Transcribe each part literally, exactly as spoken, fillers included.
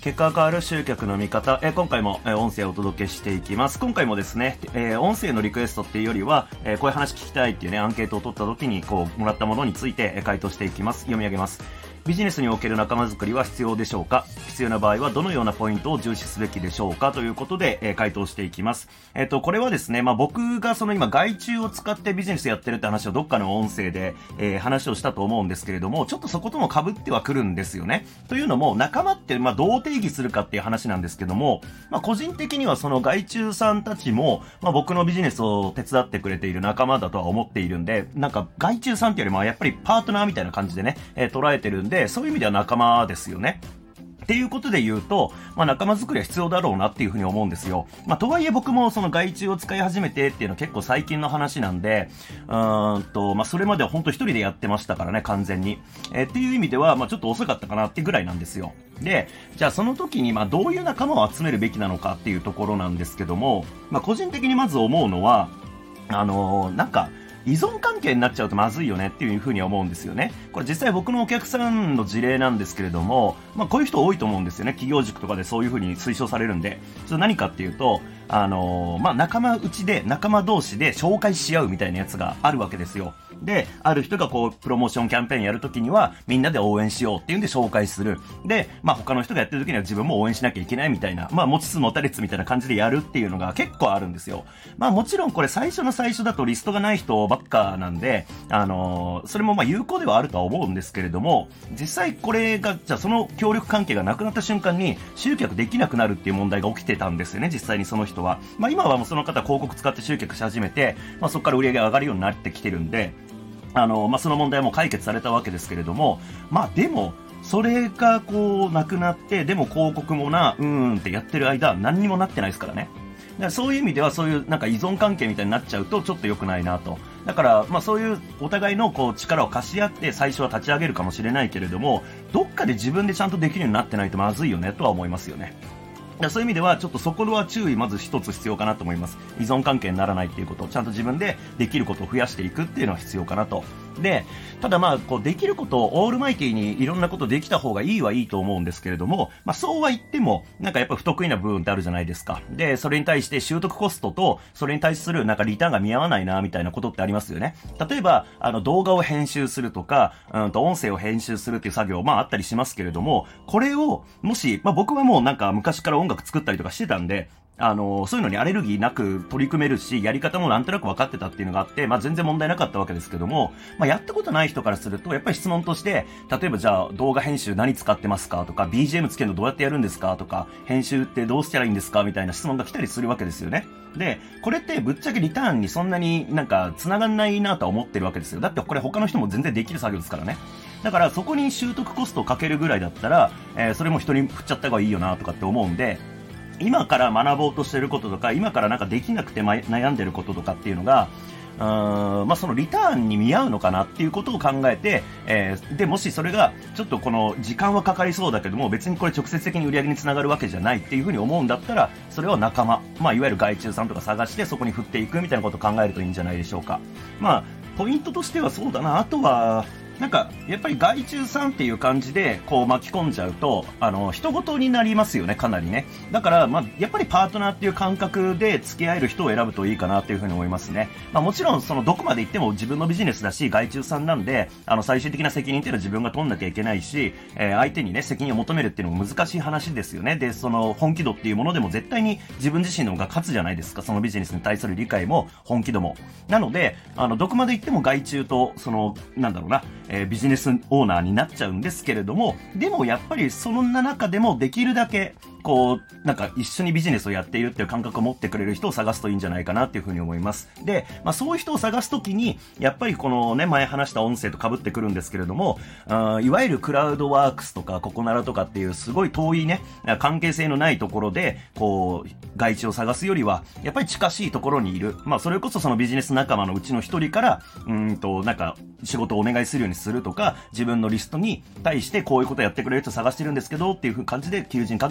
結果が変わる集客の見方、えー、今回も、えー、音声をお届けしていきます。今回もですね、えー、音声のリクエストっていうよりは、えー、こういう話聞きたいっていうね、アンケートを取った時にこうもらったものについて、えー、回答していきます。読み上げます。ビジネスにおける仲間づくりは必要でしょうか？必要な場合はどのようなポイントを重視すべきでしょうか？ということで、えー、回答していきます。えっと、これはですね、まあ、僕がその今外注を使ってビジネスやってるって話をどっかの音声で、えー、話をしたと思うんですけれども、ちょっとそことも被ってはくるんですよね。というのも、仲間って、まあ、どう定義するかっていう話なんですけども、まあ、個人的にはその外注さんたちも、まあ、僕のビジネスを手伝ってくれている仲間だとは思っているんで、なんか外注さんっていうよりもやっぱりパートナーみたいな感じでね、えー、捉えてるんで、そういう意味では仲間ですよね。っていうことで言うと、まあ仲間作りは必要だろうなっていうふうに思うんですよ。まあとはいえ僕もその外注を使い始めてっていうのは結構最近の話なんで、うーんと、まあそれまでは本当一人でやってましたからね、完全に。えー、っていう意味では、まあちょっと遅かったかなってぐらいなんですよ。で、じゃあその時にまあどういう仲間を集めるべきなのかっていうところなんですけども、まあ個人的にまず思うのは、あのー、なんか、依存関係になっちゃうとまずいよねっていうふうに思うんですよね。これ実際僕のお客さんの事例なんですけれども、まあこういう人多いと思うんですよね。企業塾とかでそういうふうに推奨されるんで。それ何かっていうと、あのー、まあ仲間内で仲間同士で紹介し合うみたいなやつがあるわけですよ。で、ある人がこう、プロモーションキャンペーンやるときには、みんなで応援しようっていうんで紹介する。で、まあ他の人がやってるときには自分も応援しなきゃいけないみたいな、まあ持ちつ持たれつみたいな感じでやるっていうのが結構あるんですよ。まあもちろんこれ最初の最初だとリストがない人ばっかなんで、あのー、それもまあ有効ではあるとは思うんですけれども、実際これが、じゃあその協力関係がなくなった瞬間に集客できなくなるっていう問題が起きてたんですよね、実際にその人は。まあ今はもうその方広告使って集客し始めて、まあそこから売り上げが上がるようになってきてるんで、あの、まあ、その問題はもう解決されたわけですけれども、まあ、でも、それがこう、なくなって、でも広告もな、うーんってやってる間、何にもなってないですからね。だからそういう意味では、そういうなんか依存関係みたいになっちゃうと、ちょっと良くないなと。だから、まあそういうお互いのこう力を貸し合って最初は立ち上げるかもしれないけれども、どっかで自分でちゃんとできるようになってないとまずいよね、とは思いますよね。そういう意味ではちょっとそこは注意まず一つ必要かなと思います。依存関係にならないっていうことをちゃんと自分でできることを増やしていくっていうのは必要かなと。で、ただまあこうできることをオールマイティにいろんなことできた方がいいはいいと思うんですけれども、まあそうは言ってもなんかやっぱ不得意な部分ってあるじゃないですか。で、それに対して習得コストとそれに対するなんかリターンが見合わないなみたいなことってありますよね。例えばあの動画を編集するとか、うんと音声を編集するっていう作業まああったりしますけれども、これをもしまあ僕はもうなんか昔から音楽作ったりとかしてたんで、あの、そういうのにアレルギーなく取り組めるし、やり方もなんとなく分かってたっていうのがあって、まあ全然問題なかったわけですけども、まあやったことない人からすると、やっぱり質問として、例えばじゃあ動画編集何使ってますかとか、ビージーエム つけるのどうやってやるんですかとか、編集ってどうしたらいいんですかみたいな質問が来たりするわけですよね。で、これってぶっちゃけリターンにそんなになんか繋がんないなとは思ってるわけですよ。だってこれ他の人も全然できる作業ですからね。だからそこに習得コストをかけるぐらいだったら、えー、それも人に振っちゃった方がいいよなとかって思うんで、今から学ぼうとしてることとか、今からなんかできなくて悩んでることとかっていうのが、うーん、まあ、そのリターンに見合うのかなっていうことを考えて、えー、で、もしそれが、ちょっとこの時間はかかりそうだけども、別にこれ直接的に売り上げにつながるわけじゃないっていうふうに思うんだったら、それは仲間、まあ、いわゆる外注さんとか探してそこに振っていくみたいなことを考えるといいんじゃないでしょうか。まあ、ポイントとしてはそうだな。あとは、なんか、やっぱり外注さんっていう感じで、こう巻き込んじゃうと、あの、人事になりますよね、かなりね。だから、まあ、やっぱりパートナーっていう感覚で付き合える人を選ぶといいかなっていうふうに思いますね。まあ、もちろん、その、どこまで行っても自分のビジネスだし、外注さんなんで、あの、最終的な責任っていうのは自分が取んなきゃいけないし、えー、相手にね、責任を求めるっていうのも難しい話ですよね。で、その、本気度っていうものでも絶対に自分自身の方が勝つじゃないですか。そのビジネスに対する理解も、本気度も。なので、あの、どこまで行っても外注と、その、なんだろうな、えー、ビジネスオーナーになっちゃうんですけれども、でもやっぱりそんな中でもできるだけこうなんか一緒にビジネスをやっているっていう感覚を持ってくれる人を探すといいんじゃないかなっていうふうに思います。で、まあそういう人を探すときにやっぱりこのね前話した音声と被ってくるんですけれども、あいわゆるクラウドワークスとかココナラとかっていうすごい遠いね関係性のないところでこう外注を探すよりはやっぱり近しいところにいる、まあそれこそそのビジネス仲間のうちの一人からうーんとなんか仕事をお願いするようにするとか、自分のリストに対してこういうことやってくれる人探してるんですけどっていう感じで求人かけてみると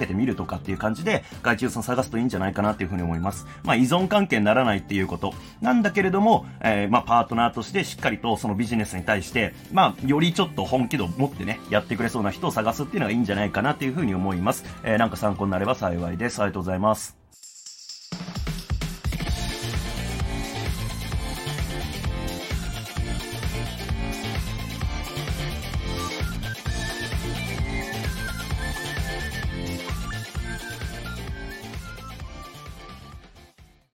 とかっていう感じで、外注さん探すといいんじゃないかなっていうふうに思います。まあ、依存関係にならないっていうこと。なんだけれども、えー、まあ、パートナーとしてしっかりとそのビジネスに対して、まあ、よりちょっと本気度を持ってね、やってくれそうな人を探すっていうのがいいんじゃないかなっていうふうに思います。えー、なんか参考になれば幸いです。ありがとうございます。